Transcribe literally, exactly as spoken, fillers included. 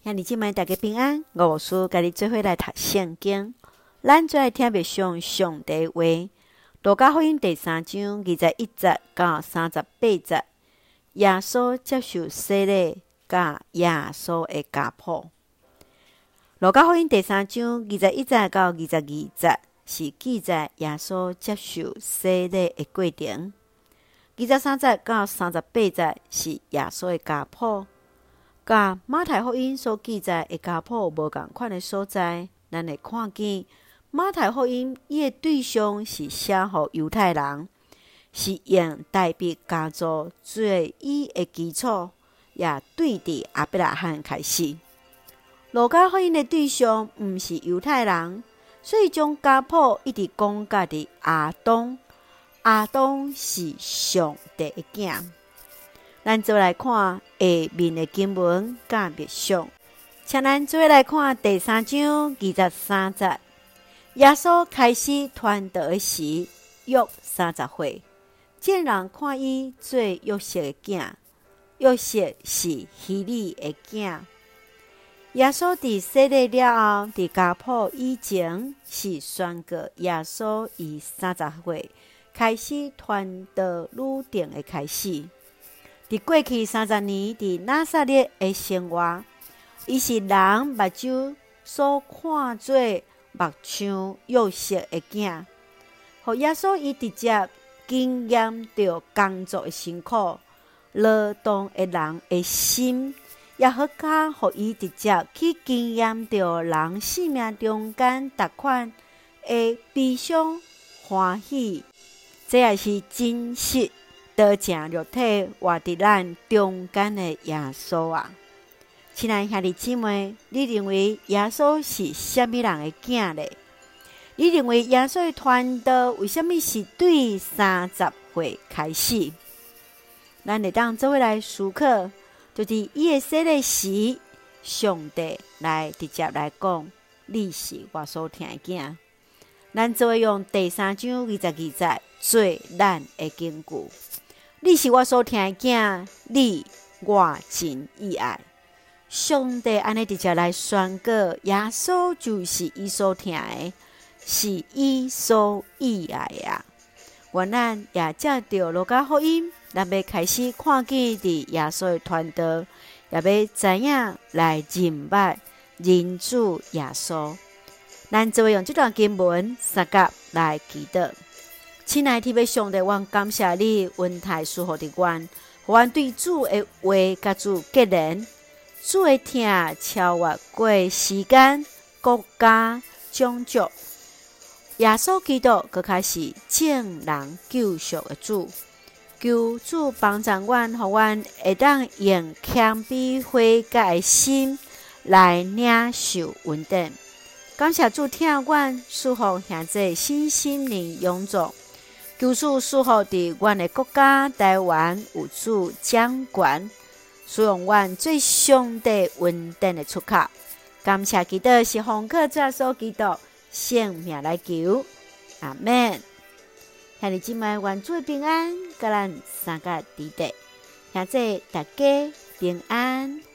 兄弟姐妹大家平安，我牧师甲你做伙来读圣经。咱做来听默想上帝话。路加福音第三章二十一节到三十八节，耶稣接受洗礼，甲耶稣的家谱。路加福音第三章二十一节到二十二节是记载耶稣接受洗礼的过程。二十三节到三十八节是耶稣的家谱。甲马太福音所记载的家谱无同款的所在，咱会看见马太福音伊的对象是写予犹太人，是用代笔家族做伊的基础，也对伫亚伯拉罕开始。路加福音的对象毋是犹太人，所以将家谱一直讲甲伫亚当。亚当是上帝的囝。咱做来看下面的经文甲默想，请咱做来看第三章二十三节。耶稣开始传道的时，约三十岁，见人看伊做约瑟的囝，约瑟是希利的囝。耶稣伫洗礼了后，伫家谱以前是宣告耶稣以三十岁开始传道旅程的开始。伫过去三十年，伫拿撒勒的生活，伊是人目睭所看做目像约瑟的囝，互耶稣伊直接经验着工作的辛苦、劳动的人的心，也好加互伊直接去经验着人生命中间逐款的悲伤、欢喜，这也是真实。道成肉体活伫咱中间的耶稣啊！亲爱兄弟姊妹，你认为耶稣是什么人的囝呢？你认为耶稣的传道为什么是对三十岁开始？咱会当做伙来思考，就是伊的洗礼时，上帝来直接来讲，你是我所听的囝。咱做伙用第三章二十二节做咱的根据。你是我所听的囝，你我真意爱。上帝安尼直接来宣告，耶稣就是伊所听的，是伊所意爱的。愿咱也借着路加福音，咱要开始看见伫耶稣的传道，也要知影来认捌人主耶稣。咱就会用这段经文三角来祈祷。亲爱的天父上帝，阮感谢你恩待赐福的阮，互阮对主的话甲主结连，主的听超越过时间、国家、种族。耶稣基督佮开始正人救赎的主，求主帮助阮，互阮会当用谦卑悔改的心来领受恩典。感谢主听阮，赐福现在新心灵永驻。求主赐福伫阮的国家台湾有主掌权，使用阮最上帝恩典的出口。感谢基督是奉靠主耶稣基督圣名来求，阿们。兄弟姊妹，愿主平安，甲咱三个伫地，现在大家平安。